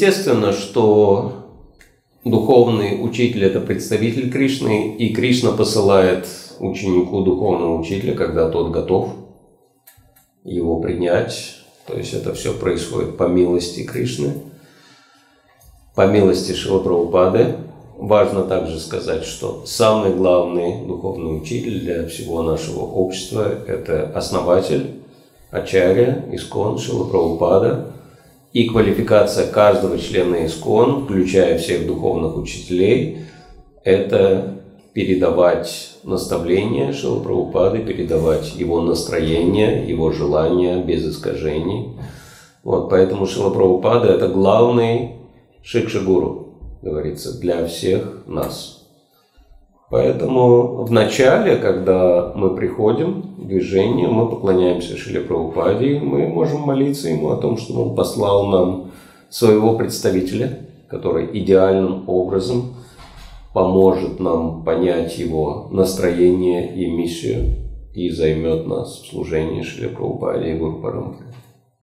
естественно, что духовный учитель – это представитель Кришны, и Кришна посылает ученику духовного учителя, когда тот готов его принять. То есть это все происходит по милости Кришны, по милости Шрила Прабхупады. Важно также сказать, что самый главный духовный учитель для всего нашего общества – это основатель, ачарья, ИСККОН, Шрила Прабхупада. И квалификация каждого члена ИСККОН, включая всех духовных учителей, это передавать наставления Шрилы Прабхупады, передавать его настроение, его желания без искажений. Вот, поэтому Шрила Прабхупада – это главный шикша-гуру, говорится, для всех нас. Поэтому в начале, когда мы приходим в движение, мы поклоняемся Шриле Прабхупаде, и мы можем молиться ему о том, чтобы он послал нам своего представителя, который идеальным образом поможет нам понять его настроение и миссию и займет нас в служении Шриле Прабхупаде и Гуру Парампаре.